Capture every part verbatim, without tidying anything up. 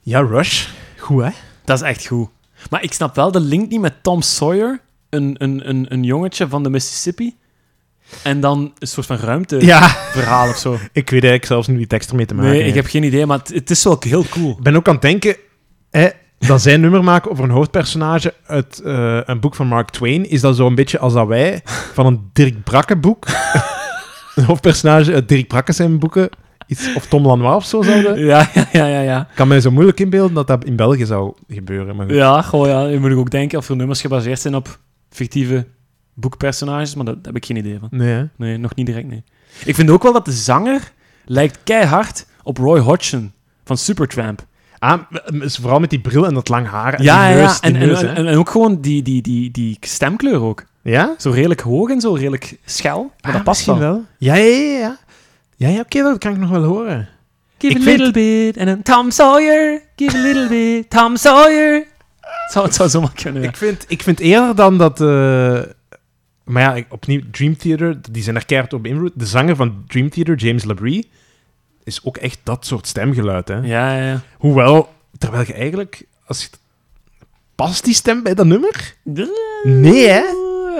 Ja, Rush. Goed, hè? Dat is echt goed. Maar ik snap wel de link niet met Tom Sawyer, een, een, een, een jongetje van de Mississippi, en dan een soort van ruimteverhaal Ja. of zo. Ik weet eigenlijk zelfs niet wie tekst ermee te maken Nee, ik heeft. heb geen idee, maar het, het is wel heel cool. Ik ben ook aan het denken... Hè, dat zij een nummer maken over een hoofdpersonage uit uh, een boek van Mark Twain, is dat zo een beetje als dat wij van een Dirk Brakke boek een hoofdpersonage uit Dirk Brakke zijn boeken, iets, of Tom Lanois of zo zouden. Ja, ja, ja, ja. ja. Ik kan mij zo moeilijk inbeelden dat dat in België zou gebeuren. Maar goed. Ja, gewoon, ja, je moet ook denken of er nummers gebaseerd zijn op fictieve boekpersonages, maar dat, daar heb ik geen idee van. Nee, hè? Nee, nog niet direct, nee. Ik vind ook wel dat de zanger lijkt keihard op Roy Hodgson van Supertramp. Ah, vooral met die bril en dat lang haar en Ja, die ja, neus. ja. Die En, neus, en, hè. en, en ook gewoon die, die, die, die stemkleur ook. Ja? Zo redelijk hoog en zo redelijk schel. Maar Ah, dat past misschien wel. wel. Ja, ja, ja. Ja, ja, ja oké, dat kan ik nog wel horen. Give Ik a vind- little bit. En dan Tom Sawyer. Give a little bit. Tom Sawyer. Het zou, het zou zomaar kunnen, ja. Ik vind, ik vind eerder dan dat... eh, maar ja, ik- opnieuw, Dream Theater, die zijn er keihard op beïnvloed. De zanger van Dream Theater, James Labrie, is ook echt dat soort stemgeluid. Hè. Ja, ja, ja. Hoewel, terwijl je eigenlijk... Als je, past die stem bij dat nummer? Nee, hè?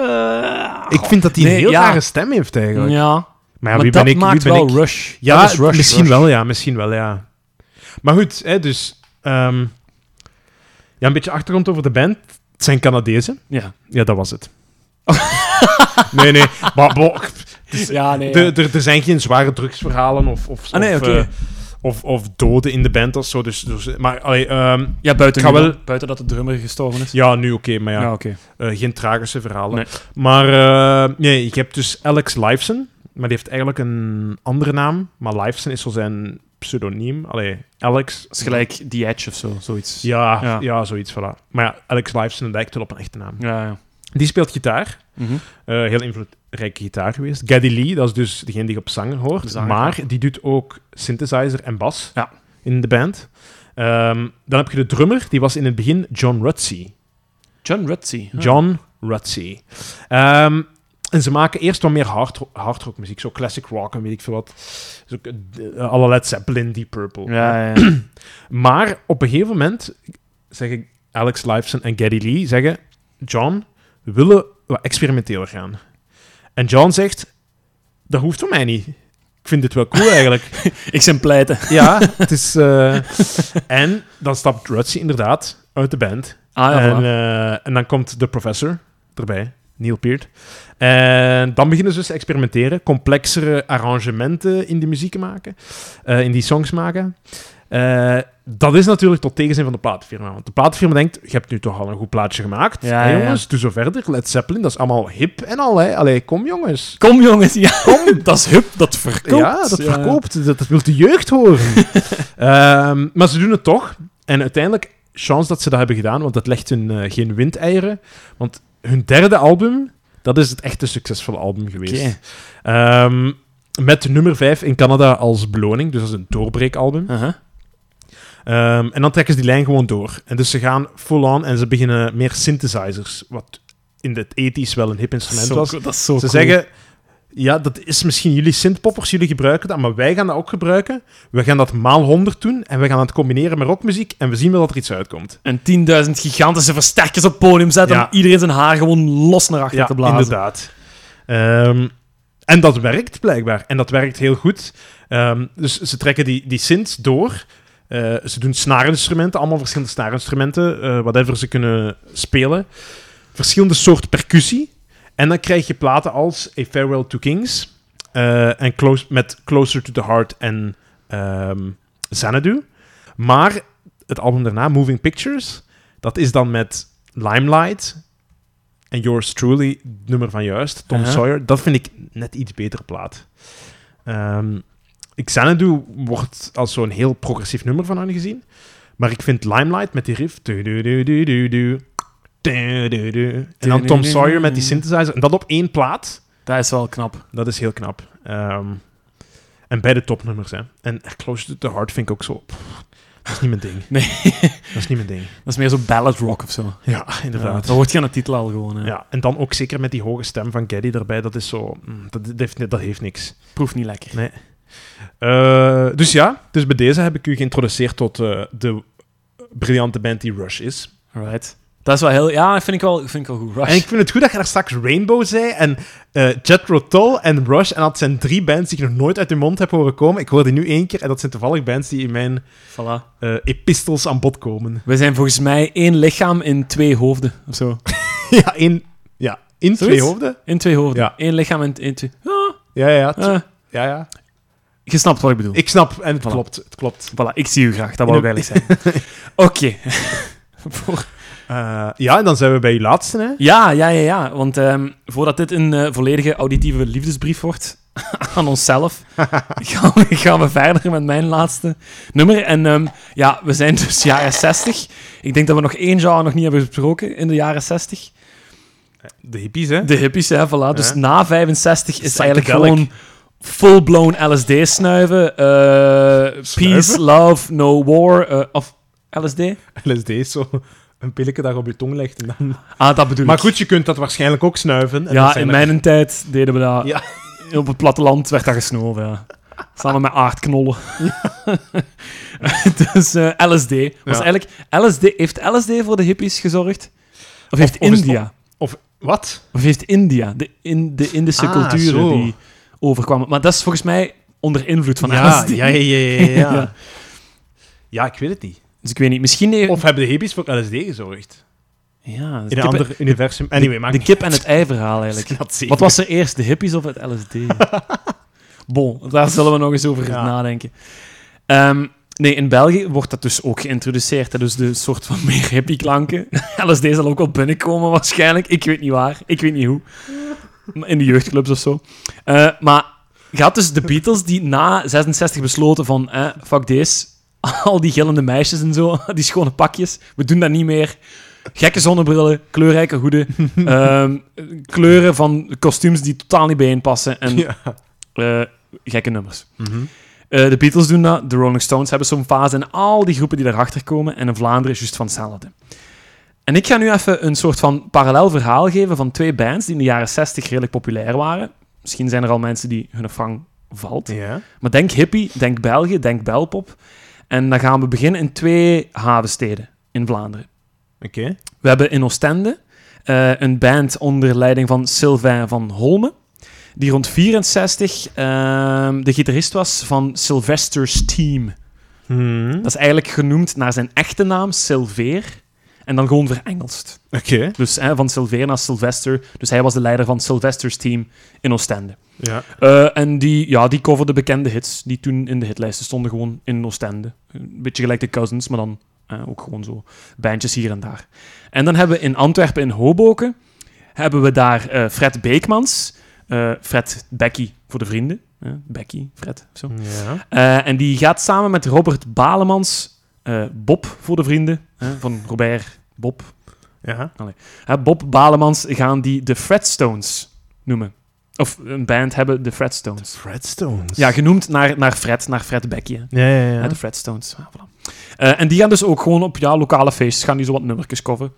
Ik vind dat hij een Nee, heel ja. rare stem heeft, eigenlijk. Ja, Maar ja, maar wie dat ben ik? Wie maakt ben wel ik? Rush. Ja, Dat is Rush, misschien Rush. wel, ja. Misschien wel, ja. Maar goed, hè, dus... ehm, ja, een beetje achtergrond over de band. Het zijn Canadezen. Ja. Ja, dat was het. nee, nee. Maar, bo, Ja, nee. de- ja. er- er zijn geen zware drugsverhalen of, of, Ah, nee, of, oké. eh, of, of doden in de band of zo. Dus, dus, maar, allee, ehm, Ja, buiten, Ik ga nu wel- dan. Buiten dat de drummer gestorven is. ja, nu oké, maar ja. Ja, oké. eh, geen tragische verhalen. Nee. Maar eh, nee, ik heb dus Alex Lifeson. Maar die heeft eigenlijk een andere naam. Maar Lifeson is zo zijn pseudoniem. Allee, Alex... Dat is gelijk The Edge of zo, zoiets. Ja, ja. Ja. zoiets, voilà. Maar ja, Alex Lifeson lijkt wel op een echte naam. Ja, ja. Die speelt gitaar. Mhm. Eh, heel invloedrijke gitaar geweest. Geddy Lee, dat is dus degene die je op zanger hoort. De zanger, maar die doet ook synthesizer en bas Ja. in de band. Ehm, dan heb je de drummer, die was in het begin John Rutsey. John Rutsey. Ah. John Rutsey. Ehm, en ze maken eerst wat meer hard, hardrock muziek, zo classic rock en weet ik veel wat. Dus ook, uh, alle Led Zeppelin, Deep Purple. Ja, ja, ja. Maar op een gegeven moment zeggen Alex Lifeson en Geddy Lee, zeggen, John, we willen wat experimenteler gaan. En John zegt, dat hoeft voor mij niet. Ik vind dit wel cool eigenlijk. Ik zijn pleiten. Ja, het is... eh, en dan stapt Rutsey inderdaad uit de band. Ah, ja, en, voilà. eh, en dan komt de professor erbij, Neil Peart. En dan beginnen ze dus te experimenteren, complexere arrangementen in die muziek maken, eh, in die songs maken. Eh, dat is natuurlijk tot tegenzin van de platenfirma. Want de platenfirma denkt, je hebt nu toch al een goed plaatje gemaakt. Ja, hè, ja, jongens, doe zo verder. Led Zeppelin, dat is allemaal hip en al. Hè. Allee, kom jongens. Kom jongens, ja. Kom. Dat is hip, dat verkoopt. Ja, dat verkoopt. Dat, dat wil de jeugd horen. Ehm, maar ze doen het toch. En uiteindelijk, chance dat ze dat hebben gedaan, want dat legt hun uh, geen windeieren. Want hun derde album, dat is het echte succesvolle album geweest. Oké. Ehm, met nummer vijf in Canada als beloning. Dus dat is een doorbreekalbum. Uh-huh. Ehm, en dan trekken ze die lijn gewoon door. En dus ze gaan full-on en ze beginnen meer synthesizers, wat in de tachtiger wel een hip instrument Zo was. cool, dat is zo Ze cool. zeggen, ja, dat is misschien jullie synthpoppers, jullie gebruiken dat, maar wij gaan dat ook gebruiken. We gaan dat maal honderd doen en we gaan het combineren met rockmuziek en we zien wel dat er iets uitkomt. En tienduizend gigantische versterkers op het podium zetten Ja. om iedereen zijn haar gewoon los naar achter Ja, te blazen. inderdaad. Ehm, en dat werkt blijkbaar. En dat werkt heel goed. Ehm, dus ze trekken die, die synths door. Eh, ze doen snaarinstrumenten, allemaal verschillende snaarinstrumenten, eh whatever ze kunnen spelen. Verschillende soorten percussie. En dan krijg je platen als A Farewell to Kings eh, en close, met Closer to the Heart en ehm, Xanadu. Maar het album daarna, Moving Pictures, dat is dan met Limelight en Yours Truly, het nummer van juist, Tom Uh-huh. Sawyer. Dat vind ik net iets betere plaat. Ehm Xanadu wordt als zo'n heel progressief nummer van hen gezien. Maar ik vind Limelight met die riff... du- du- du- du- du- du- du- du- du- En dan Tom Sawyer met die synthesizer. En dat op één plaat. Dat is wel knap. Dat is heel knap. Ehm, en beide topnummers. Hè. En Closer to the Heart vind ik ook zo... pff, dat is niet mijn ding. Nee. Dat is niet mijn ding. Dat is meer zo ballad rock of zo. Ja, Ja, inderdaad. dat hoort je aan de titel al gewoon. Hè. Ja, en dan ook zeker met die hoge stem van Geddy erbij. Dat is zo... mm, Dat, dat, heeft, dat heeft niks. Proeft niet lekker. Nee. Uh, dus ja, dus bij deze heb ik u geïntroduceerd tot uh, de briljante band die Rush is. Alright. Dat is wel heel... Ja, vind ik wel, vind ik wel goed. Rush. En ik vind het goed dat je daar straks Rainbow zei en uh, Jethro Tull en Rush. En dat zijn drie bands die ik nog nooit uit de mond heb horen komen. Ik hoor die nu één keer en dat zijn toevallig bands die in mijn voilà. uh, epistels aan bod komen. We zijn volgens mij één lichaam in twee hoofden, of zo. ja, in, ja, in twee hoofden? In twee hoofden. Ja. Één lichaam in, in twee... Ah. Ja, ja, t- Uh. ja, ja. Je snapt wat ik bedoel. Ik snap, en het Voilà. klopt. Het klopt. Voilà, ik zie u graag, dat wou ik eigenlijk zijn. Oké. Okay. Voor... Uh, ja, en dan zijn we bij je laatste, hè? Ja, ja, ja, ja. Want um, voordat dit een uh, volledige auditieve liefdesbrief wordt aan onszelf, gaan, we, gaan we verder met mijn laatste nummer. En um, ja, we zijn dus jaren zestig. Ik denk dat we nog één genre nog niet hebben besproken in de jaren zestig. De hippies, hè? De hippies, hè, voilà. Dus Ja. na vijfenzestig is Psychedelic. eigenlijk gewoon full-blown L S D snuiven. Uh, peace, love, no war. Uh, of L S D? L S D is zo een pilletje dat je op je tong legt. En dan... Ah, dat bedoel Maar ik. goed, je kunt dat waarschijnlijk ook snuiven. En Ja, dat zijn in er- mijn tijd deden we dat. Ja. Op het platteland werd dat gesnoven, ja. Samen met aardknollen. dus uh, L S D. Was Ja. eigenlijk, L S D. Heeft L S D voor de hippies gezorgd? Of heeft of is het India? Of wat? Of heeft India? De, in, de Indische Ah, culturen zo. die overkwamen. Maar dat is volgens mij onder invloed van ja, L S D. ja, ja, ja, ja, ja. Ja. Ja, ik weet het niet. Dus ik weet niet. Misschien... heeft- Of hebben de hippies voor L S D gezorgd? ja, In een ander universum. Anyway, maakt de niet kip en het ei verhaal eigenlijk. uit. Dat zeker. Wat was er eerst, de hippies of het L S D? Bon, daar zullen we nog eens over Ja. nadenken. Ehm, nee, in België wordt dat dus ook geïntroduceerd. Hè? Dus de soort van meer hippie-klanken. L S D zal ook wel binnenkomen waarschijnlijk. Ik weet niet waar. Ik weet niet hoe. In de jeugdclubs of zo. Uh, maar je had dus de Beatles die na zesenzestig besloten van... Eh, fuck deze. Al die gillende meisjes en zo. Die schone pakjes. We doen dat niet meer. Gekke zonnebrillen, kleurrijke hoeden, um, kleuren van kostuums die totaal niet bijeenpassen en Ja. uh, gekke nummers. Mhm. Uh, de Beatles doen dat, de Rolling Stones hebben zo'n fase en al die groepen die daarachter komen en in Vlaanderen is juist van hetzelfde. En ik ga nu even een soort van parallel verhaal geven van twee bands die in de jaren zestig redelijk populair waren. Misschien zijn er al mensen die hun vang valt. Ja. Maar denk hippie, denk België, denk belpop. En dan gaan we beginnen in twee havensteden in Vlaanderen. Oké. Okay. We hebben in Oostende uh, een band onder leiding van Sylvain van Holme, die rond vierenzestig uh, de gitarist was van Sylvester's Team. Hmm. Dat is eigenlijk genoemd naar zijn echte naam, Sylveer, en dan gewoon verengelst. Oké. Okay. Dus uh, van Sylveer naar Sylvester. Dus hij was de leider van Sylvester's Team in Oostende. Ja. Uh, en die, ja, die coverde bekende hits die toen in de hitlijsten stonden, gewoon in Oostende. Een beetje gelijk de Cousins, maar dan uh, ook gewoon zo bandjes hier en daar. En dan hebben we in Antwerpen, in Hoboken, hebben we daar uh, Fred Beekmans. Uh, Fred Becky voor de vrienden. Uh, Becky, Fred, zo. Ja. Uh, en die gaat samen met Robert Balemans, uh, Bob voor de vrienden, uh, van Robert, Bob. Ja. Allee. Uh, Bob Balemans gaan die de Fredstones noemen. Of een band hebben, de Fredstones. De Fredstones. Ja, genoemd naar, naar Fred, naar Fred Becky. Hè. Ja, ja, ja. Uh, de Fredstones. Ja, voilà. uh, en die gaan dus ook gewoon op ja, lokale feestjes, gaan die zo wat nummertjes coveren.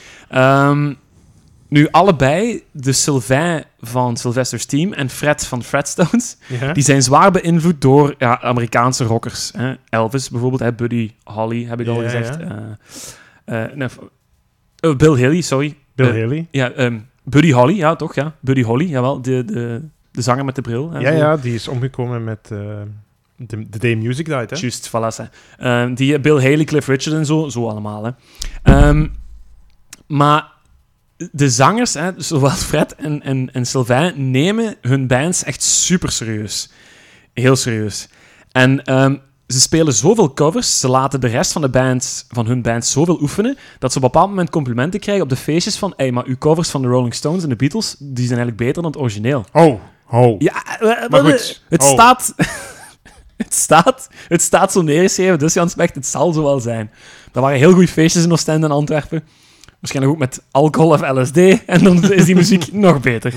Um, nu, allebei, de Sylvain van Sylvester's Team en Fred van Fredstones, ja. die zijn zwaar beïnvloed door ja, Amerikaanse rockers. Hè. Elvis bijvoorbeeld, hè, Buddy Holly, heb ik al ja, gezegd. Ja. Uh, uh, nee, uh, Bill Haley, sorry. Bill uh, Haley. Ja, um, Buddy Holly, ja toch, ja. Buddy Holly, jawel, de, de, de zanger met de bril. Hè, Ja, zo. ja, die is omgekomen met uh, The Day Music Died, hè? Juist, voilà. Um, die Bill Haley, Cliff Richard en zo, zo allemaal. Hè. Um, maar de zangers, hè, zowel Fred en, en, en Sylvain, nemen hun bands echt super serieus. Heel serieus. En um, ze spelen zoveel covers, ze laten de rest van de bands, van hun bands zoveel oefenen, dat ze op een bepaald moment complimenten krijgen op de feestjes van hey, maar uw covers van de Rolling Stones en de Beatles, die zijn eigenlijk beter dan het origineel. Oh, oh. Ja, uh, maar goed. Het oh. staat... Het staat, het staat zo neergeschreven, dus Jan Specht, het zal zo wel zijn. Er waren heel goede feestjes in Oostende en Antwerpen. Waarschijnlijk ook met alcohol of L S D. En dan is die muziek nog beter.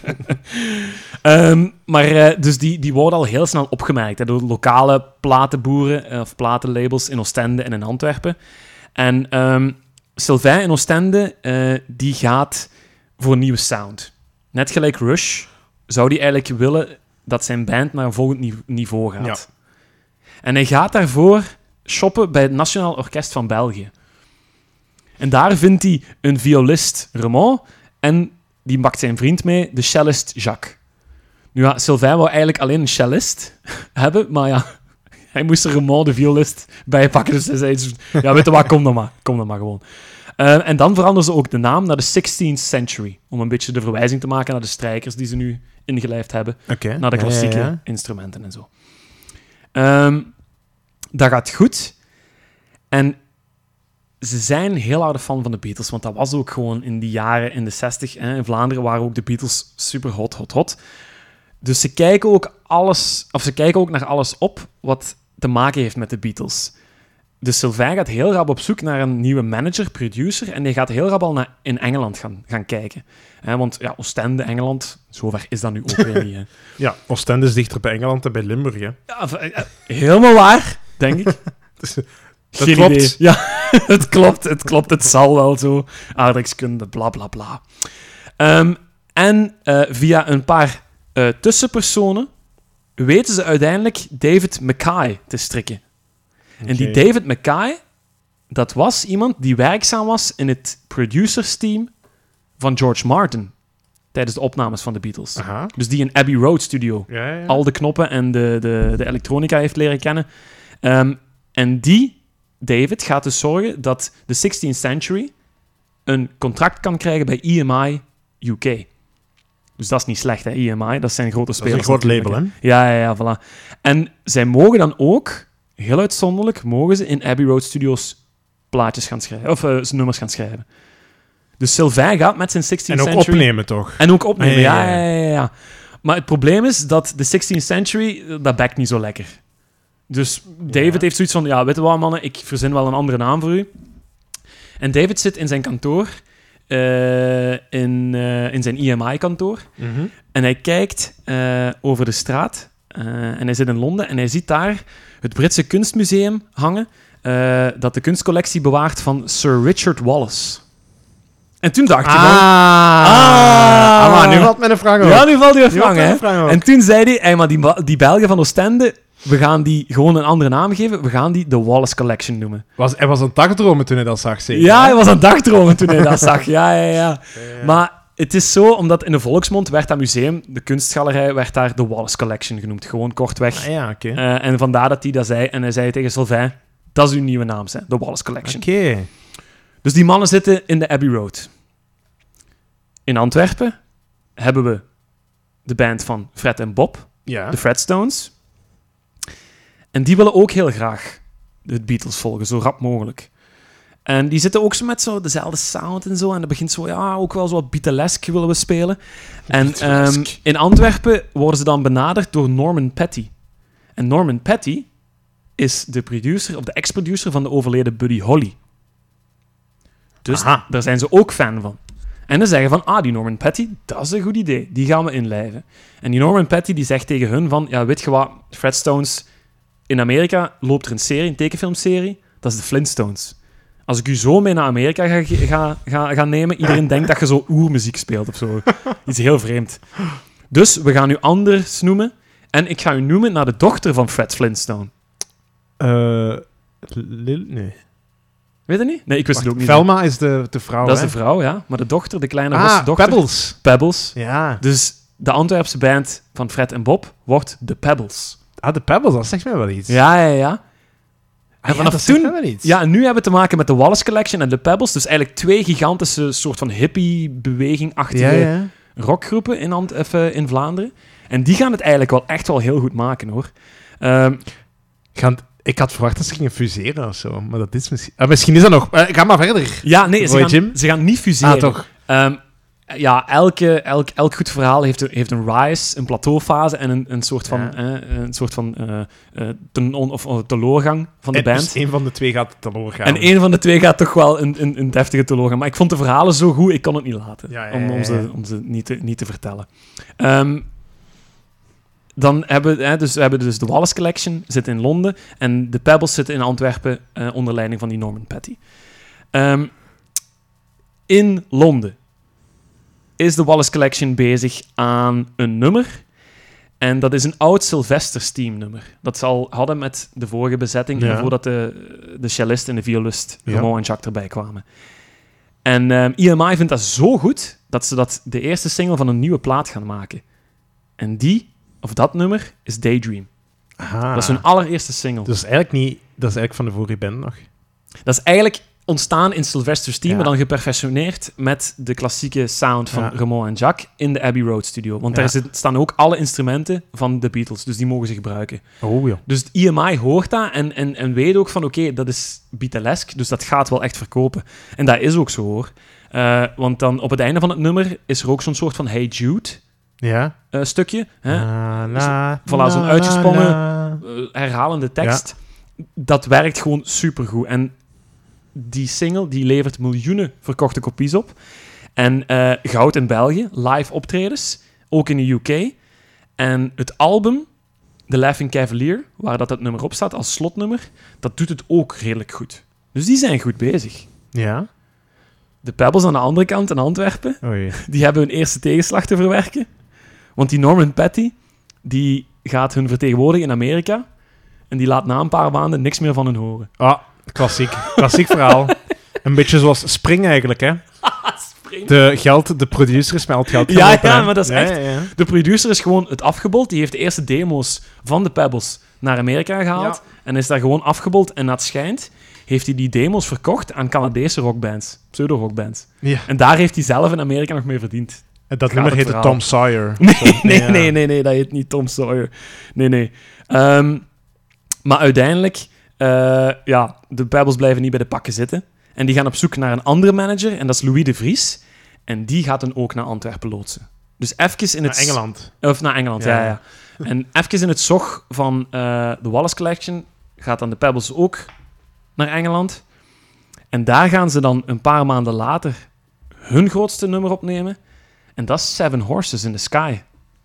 um, maar uh, dus die, die worden al heel snel opgemerkt hè, door lokale platenboeren uh, of platenlabels in Oostende en in Antwerpen. En um, Sylvain in Oostende, uh, die gaat voor een nieuwe sound. Net gelijk Rush zou die eigenlijk willen dat zijn band naar een volgend niveau gaat. Ja. En hij gaat daarvoor shoppen bij het Nationaal Orkest van België. En daar vindt hij een violist, Raymond, en die pakt zijn vriend mee, de cellist Jacques. Nu ja, Sylvain wou eigenlijk alleen een cellist hebben, maar ja, hij moest er Raymond, de violist, bij pakken. Dus hij zei, ja, weet je wat, kom dan maar, kom dan maar gewoon. Uh, en dan veranderen ze ook de naam naar de sixteenth century, om een beetje de verwijzing te maken naar de strijkers die ze nu ingelijfd hebben, okay. naar de klassieke ja, ja, ja. instrumenten en zo. Um, dat gaat goed. En ze zijn heel oude fan van de Beatles, want dat was ook gewoon in die jaren, in de zestig, hè, in Vlaanderen waren ook de Beatles super hot, hot, hot. Dus ze kijken ook alles, of ze kijken ook naar alles op wat te maken heeft met de Beatles. Dus Sylvain gaat heel rap op zoek naar een nieuwe manager, producer, en die gaat heel rap al naar, in Engeland gaan, gaan kijken. He, want ja, Oostende, Engeland, zover is dat nu ook weer niet. Hè. Ja, Oostende is dichter bij Engeland dan bij Limburg, hè. Ja, helemaal waar, denk ik. Dus, dat Geen klopt. idee. Ja, het klopt, het klopt, het zal wel zo. Aardrijkskunde, bla bla bla. Um, en uh, via een paar uh, tussenpersonen weten ze uiteindelijk David Mackay te strikken. Okay. En die David Mackay, dat was iemand die werkzaam was in het producersteam van George Martin tijdens de opnames van de Beatles. Aha. Dus die in Abbey Road Studio Ja, ja. al de knoppen en de, de, de elektronica heeft leren kennen. Um, en die, David, gaat dus zorgen dat de sixteenth century een contract kan krijgen bij E M I U K. Dus dat is niet slecht, hè, E M I. Dat zijn grote spelers. Dat is een groot label, hè? Ja, ja, ja, voilà. En zij mogen dan ook, heel uitzonderlijk, mogen ze in Abbey Road Studios plaatjes gaan schrijven, of uh, nummers gaan schrijven. Dus Sylvain gaat met zijn sixteenth En ook century... opnemen, toch? En ook opnemen, Ah, ja, ja, ja, ja, ja, ja. Maar het probleem is dat de sixteenth century, dat bekt niet zo lekker. Dus David Ja. heeft zoiets van, ja, weet je wat, mannen, ik verzin wel een andere naam voor u. En David zit in zijn kantoor, uh, in, uh, in zijn E M I-kantoor, Mm-hmm. en hij kijkt uh, over de straat, uh, en hij zit in Londen, en hij ziet daar het Britse Kunstmuseum hangen, uh, dat de kunstcollectie bewaart van Sir Richard Wallace. En toen dacht hij Ah, van... ah, ah, maar nu valt mijn vraag op. Ja, nu valt hij Nu even valt vangen, hè. mijn vraag op. En toen zei hij, hey, maar die, Ba- die Belgen van Oostende, we gaan die gewoon een andere naam geven. We gaan die de Wallace Collection noemen. Was, hij was aan het dagdromen toen hij dat zag, zeker? Ja, hè? hij was aan het dagdromen toen hij dat zag. Ja, ja, ja. Maar het is zo, omdat in de volksmond werd dat museum, de kunstgalerij, werd daar de Wallace Collection genoemd. Gewoon kortweg. Ah, ja, oké. Uh, en vandaar dat hij dat zei. En hij zei tegen Sylvain, dat is uw nieuwe naam, hè, de Wallace Collection. Oké. Dus die mannen zitten in de Abbey Road. In Antwerpen hebben we de band van Fred en Bob, Ja. de Fredstones. En die willen ook heel graag de Beatles volgen, zo rap mogelijk. En die zitten ook zo met zo dezelfde sound en zo. En dat begint zo, ja, ook wel zo wat Beatlesk willen we spelen. En um, in Antwerpen worden ze dan benaderd door Norman Petty. En Norman Petty is de producer, of de ex-producer van de overleden Buddy Holly. Dus Aha. daar zijn ze ook fan van. En dan zeggen van, ah, die Norman Petty, dat is een goed idee. Die gaan we inlijven. En die Norman Petty die zegt tegen hun van, ja, weet je wat, Fredstones, in Amerika loopt er een serie, een tekenfilmserie, dat is de Flintstones. Als ik u zo mee naar Amerika ga, ga, ga, ga nemen, iedereen denkt dat je zo oermuziek speelt of zo. Iets heel vreemd. Dus we gaan u anders noemen. En ik ga u noemen naar de dochter van Fred Flintstone. Uh, Lil... Nee. Weet je niet? Nee, ik wist Wacht, het ook niet. Velma is de, de vrouw, Dat is hè? de vrouw, ja. Maar de dochter, de kleine Ah, rosse dochter... Pebbles. Pebbles. Ja. Dus de Antwerpse band van Fred en Bob wordt de Pebbles. Ah, de Pebbles, dat zegt mij wel iets. Ja, ja, ja. Ah, En vanaf dat zegt toen... mij wel iets. Ja, en nu hebben we te maken met de Wallace Collection en de Pebbles. Dus eigenlijk twee gigantische soort van hippie-beweging-achtige Ja, ja. rockgroepen in, Ant- even in Vlaanderen. En die gaan het eigenlijk wel echt wel heel goed maken, hoor. Um, Gaan, ik had verwacht dat ze gingen fuseren of zo, maar dat is misschien... Ah, misschien is dat nog... Uh, ga maar verder. ja, nee, ze Roy gaan, Jim? ze gaan niet fuseren. Ah, toch. Um, ja, elke, elk, elk goed verhaal heeft een, heeft een rise, een plateaufase en een, een soort van, Ja. eh, een soort van uh, uh, ten, on, of, of teloorgang van de En band. dus één van de twee gaat teloor gaan. En één van de twee gaat toch wel een, een, een deftige teloor gaan. Maar ik vond de verhalen zo goed, ik kon het niet laten. Ja, ja, om, om, ja, ja. ze, om ze niet te, niet te vertellen. Um, dan hebben we, hè, dus, we hebben dus de Wallace Collection, zit in Londen. En de Pebbles zitten in Antwerpen uh, onder leiding van die Norman Petty. Um, in Londen is de Wallace Collection bezig aan een nummer. En dat is een oud Sylvester Team nummer. Dat ze al hadden met de vorige bezetting, Ja. voordat de, de cellist en de violist, Ja. Ramon en Jacques, erbij kwamen. En um, E M I vindt dat zo goed, dat ze dat de eerste single van een nieuwe plaat gaan maken. En die, of dat nummer, is Daydream. Aha. Dat is hun allereerste single. Dus eigenlijk niet... Dat is eigenlijk van de vorige band nog. Dat is eigenlijk ontstaan in Sylvester's Team, Ja. maar dan geperfectioneerd met de klassieke sound van Ja. Ramon en Jacques in de Abbey Road studio. Want Ja. daar zit- staan ook alle instrumenten van de Beatles, dus die mogen ze gebruiken. Oh, ja. Dus E M I hoort dat en, en, en weet ook van oké, dat is Beatlesk, dus dat gaat wel echt verkopen. En dat is ook zo hoor. Uh, want dan op het einde van het nummer is er ook zo'n soort van Hey Jude Ja. uh, stukje. Hè? Na, na, Voilà, zo'n na, uitgesprongen, na. uh, herhalende tekst. Dat werkt gewoon supergoed. En die single die levert miljoenen verkochte kopies op. En uh, goud in België, live optredens, ook in de U K. En het album, The Laughing Cavalier, waar dat het nummer op staat als slotnummer, dat doet het ook redelijk goed. Dus die zijn goed bezig. Ja. De Pebbles aan de andere kant in Antwerpen, Oei. die hebben hun eerste tegenslag te verwerken. Want die Norman Petty, die gaat hun vertegenwoordigen in Amerika. En die laat na een paar maanden niks meer van hun horen. Ah, klassiek. Klassiek verhaal. Een beetje zoals Spring eigenlijk, hè. De, geld, de producer is met al het geld gaan Ja, lopen, ja, hè. maar dat is Ja, echt- ja, ja. De producer is gewoon het afgebold. Die heeft de eerste demo's van de Pebbles naar Amerika gehaald. En is daar gewoon afgebold. En na het schijnt heeft hij die demo's verkocht aan Canadese rockbands. Pseudo-rockbands. Ja. En daar heeft hij zelf in Amerika nog mee verdiend. En dat Gaat nummer het heette verhaal. Tom Sawyer. Nee, Zo, nee, ja. nee, nee, nee, dat heet niet Tom Sawyer. Nee, nee. Ehm, maar uiteindelijk, eh, ja, de Pebbles blijven niet bij de pakken zitten. En die gaan op zoek naar een andere manager, en dat is Louis de Vries. En die gaat dan ook naar Antwerpen loodsen. Dus even in het... Naar Engeland. Of naar Engeland, ja, Ja. ja. ja. En even in het zog van eh, de Wallace Collection gaat dan de Pebbles ook naar Engeland. En daar gaan ze dan een paar maanden later hun grootste nummer opnemen. En dat is Seven Horses in the Sky.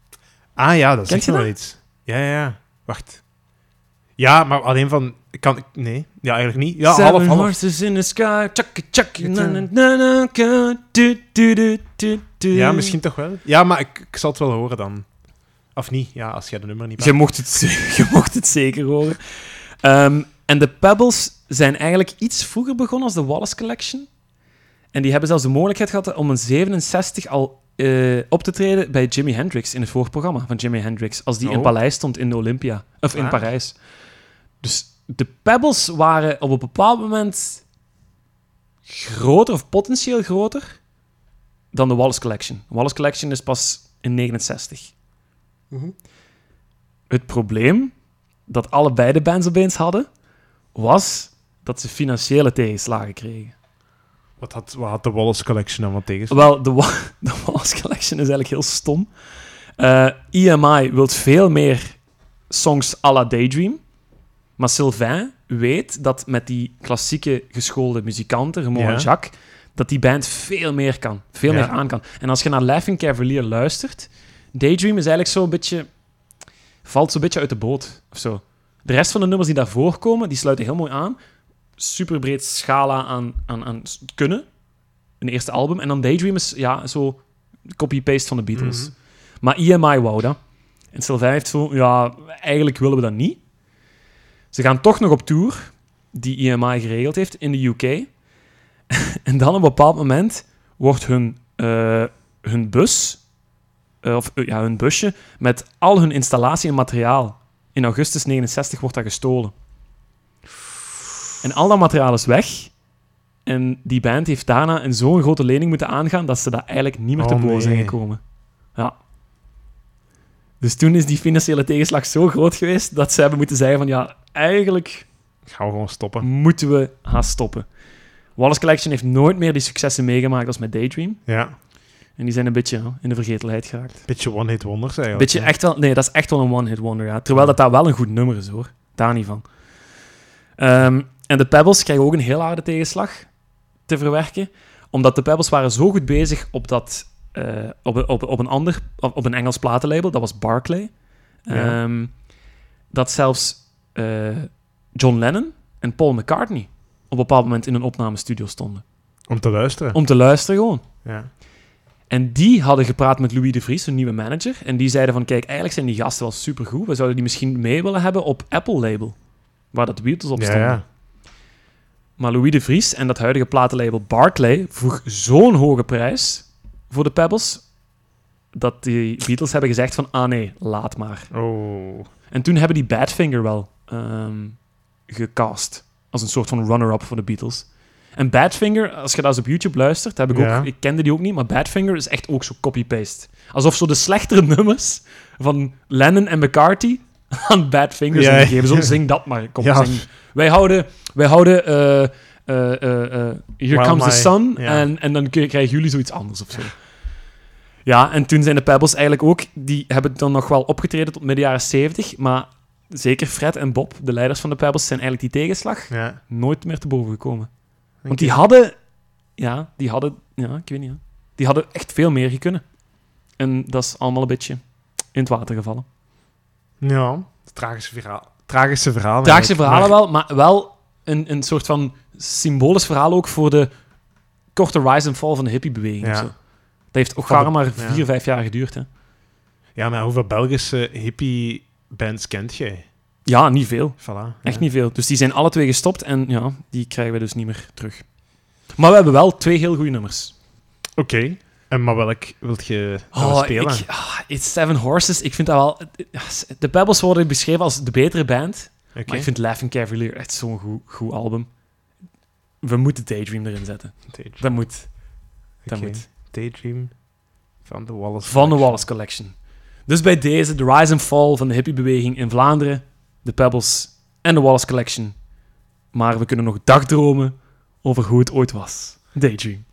Ah ja, dat is Kent echt je wel dat? iets. Ja, ja, ja. Wacht. Ja, maar alleen van... Kan ik... Nee. Ja, eigenlijk niet. Ja, Seven half, half. Horses in the Sky. Tjak, tjak, na, na, na, na, ka, du, du, du, du, du. Ja, misschien toch wel. Ja, maar ik, ik zal het wel horen dan. Of niet? Ja, als jij de nummer niet... Je mocht het, je mocht het zeker horen. Ehm, en de Pebbles zijn eigenlijk iets vroeger begonnen als de Wallace Collection. En die hebben zelfs de mogelijkheid gehad om in zevenenzestig al eh, op te treden bij Jimi Hendrix in het voorprogramma van Jimi Hendrix. Als die in Oh. Paleis stond in de Olympia. Of in Ah. Parijs. Dus de Pebbles waren op een bepaald moment groter of potentieel groter dan de Wallace Collection. De Wallace Collection is pas in negenenzestig. Mhm. Het probleem dat allebei de bands opeens hadden, was dat ze financiële tegenslagen kregen. Wat had, wat had de Wallace Collection dan wat tegen? Wel, de, Wa- de Wallace Collection is eigenlijk heel stom. Eh E M I wil veel meer songs à la Daydream, maar Sylvain weet dat met die klassieke geschoolde muzikanten, Ramon Ja. en Jacques, dat die band veel meer kan, veel Ja. meer aan kan. En als je naar Laughing Cavalier luistert, Daydream is eigenlijk zo'n beetje... valt zo'n beetje uit de boot, of zo. De rest van de nummers die daarvoor komen, die sluiten heel mooi aan. Superbreed scala aan, aan, aan s- kunnen. Een eerste album. En dan Daydream is ja, zo copy-paste van de Beatles. Mhm. Maar E M I wou dat. En Sylvain heeft zo... Ja, eigenlijk willen we dat niet. Ze gaan toch nog op tour, die E M I geregeld heeft, in de U K. En dan op een bepaald moment wordt hun, eh, hun bus... eh, of eh, ja, hun busje met al hun installatie en materiaal. In augustus negenenzestig wordt dat gestolen. En al dat materiaal is weg. En die band heeft daarna een zo'n grote lening moeten aangaan dat ze dat eigenlijk niet meer te Oh, boven zijn nee. gekomen. Ja. Dus toen is die financiële tegenslag zo groot geweest dat ze hebben moeten zeggen van ja, eigenlijk Gaan we gewoon stoppen. moeten we gaan stoppen. Wallace Collection heeft nooit meer die successen meegemaakt als met Daydream. Ja. En die zijn een beetje ja, in de vergetelheid geraakt. Beetje one-hit wonders eigenlijk. Beetje hè. echt wel, nee, dat is echt wel een one-hit wonder. Ja. Terwijl dat daar wel een goed nummer is, hoor. Daar niet van. Ehm, en de Pebbles krijgen ook een heel harde tegenslag te verwerken. Omdat de Pebbles waren zo goed bezig op, dat, eh, op, een- op, op, een ander, op, op een Engels platenlabel. Dat was Barclay. Ja. Ehm, dat zelfs eh, John Lennon en Paul McCartney op een bepaald moment in een opnamestudio stonden. Om te luisteren. Om te luisteren gewoon. Ja. En die hadden gepraat met Louis de Vries, hun nieuwe manager. En die zeiden van, kijk, eigenlijk zijn die gasten wel supergoed. We zouden die misschien mee willen hebben op Apple-label. Waar dat de Beatles op stonden. Ja, ja. Maar Louis de Vries en dat huidige platenlabel Barclay vroeg zo'n hoge prijs voor de Pebbles, dat die Beatles hebben gezegd van, ah nee, laat maar. Oh. En toen hebben die Badfinger wel um, gecast. Als een soort van runner-up voor de Beatles. En Badfinger, als je dat eens op YouTube luistert, heb ik, Ja. ook, ik kende die ook niet, maar Badfinger is echt ook zo copy-paste. Alsof zo de slechtere nummers van Lennon en McCarthy aan Badfinger Ja. zijn gegeven. Zo, zing dat maar. Kom, Ja. zing. Wij houden... Wij houden uh, uh, uh, uh, Here While Comes the my- Sun. ja. En, en dan k- krijgen jullie zoiets anders of zo. Ja, en toen zijn de Pebbles eigenlijk ook... Die hebben dan nog wel opgetreden tot midden jaren zeventig, maar zeker Fred en Bob, de leiders van de Pebbles, zijn eigenlijk die tegenslag Ja. nooit meer te boven gekomen. Want Oké. die hadden... Ja, die hadden... Ja, ik weet niet. Hè. Die hadden echt veel meer gekunnen. En dat is allemaal een beetje in het water gevallen. Ja, tragische verhaal. Tragische verhalen. Tragische verhalen maar, wel, maar wel een, een soort van symbolisch verhaal ook voor de korte rise and fall van de hippiebeweging. Ja. of zo. Dat heeft ook Van de- gaar maar ja. vier, vijf jaar geduurd. Hè. Ja, maar hoeveel Belgische hippie-bands kent jij? Ja, niet veel. Voilà. Echt ja. niet veel. Dus die zijn alle twee gestopt en ja, die krijgen we dus niet meer terug. Maar we hebben wel twee heel goede nummers. Oké. En maar welk wilt je dan Oh, spelen? ik, ah, It's Seven Horses, ik vind dat wel... De Pebbles worden beschreven als de betere band, Oké. maar ik vind Laughing Cavalier echt zo'n goed, goed album. We moeten Daydream erin zetten. Daydream. Dat moet. Dat Oké. moet. Daydream van de Wallace Van de Collection. Wallace Collection. Dus bij deze, de rise and fall van de hippiebeweging in Vlaanderen, de Pebbles en de Wallace Collection. Maar we kunnen nog dagdromen over hoe het ooit was. Daydream.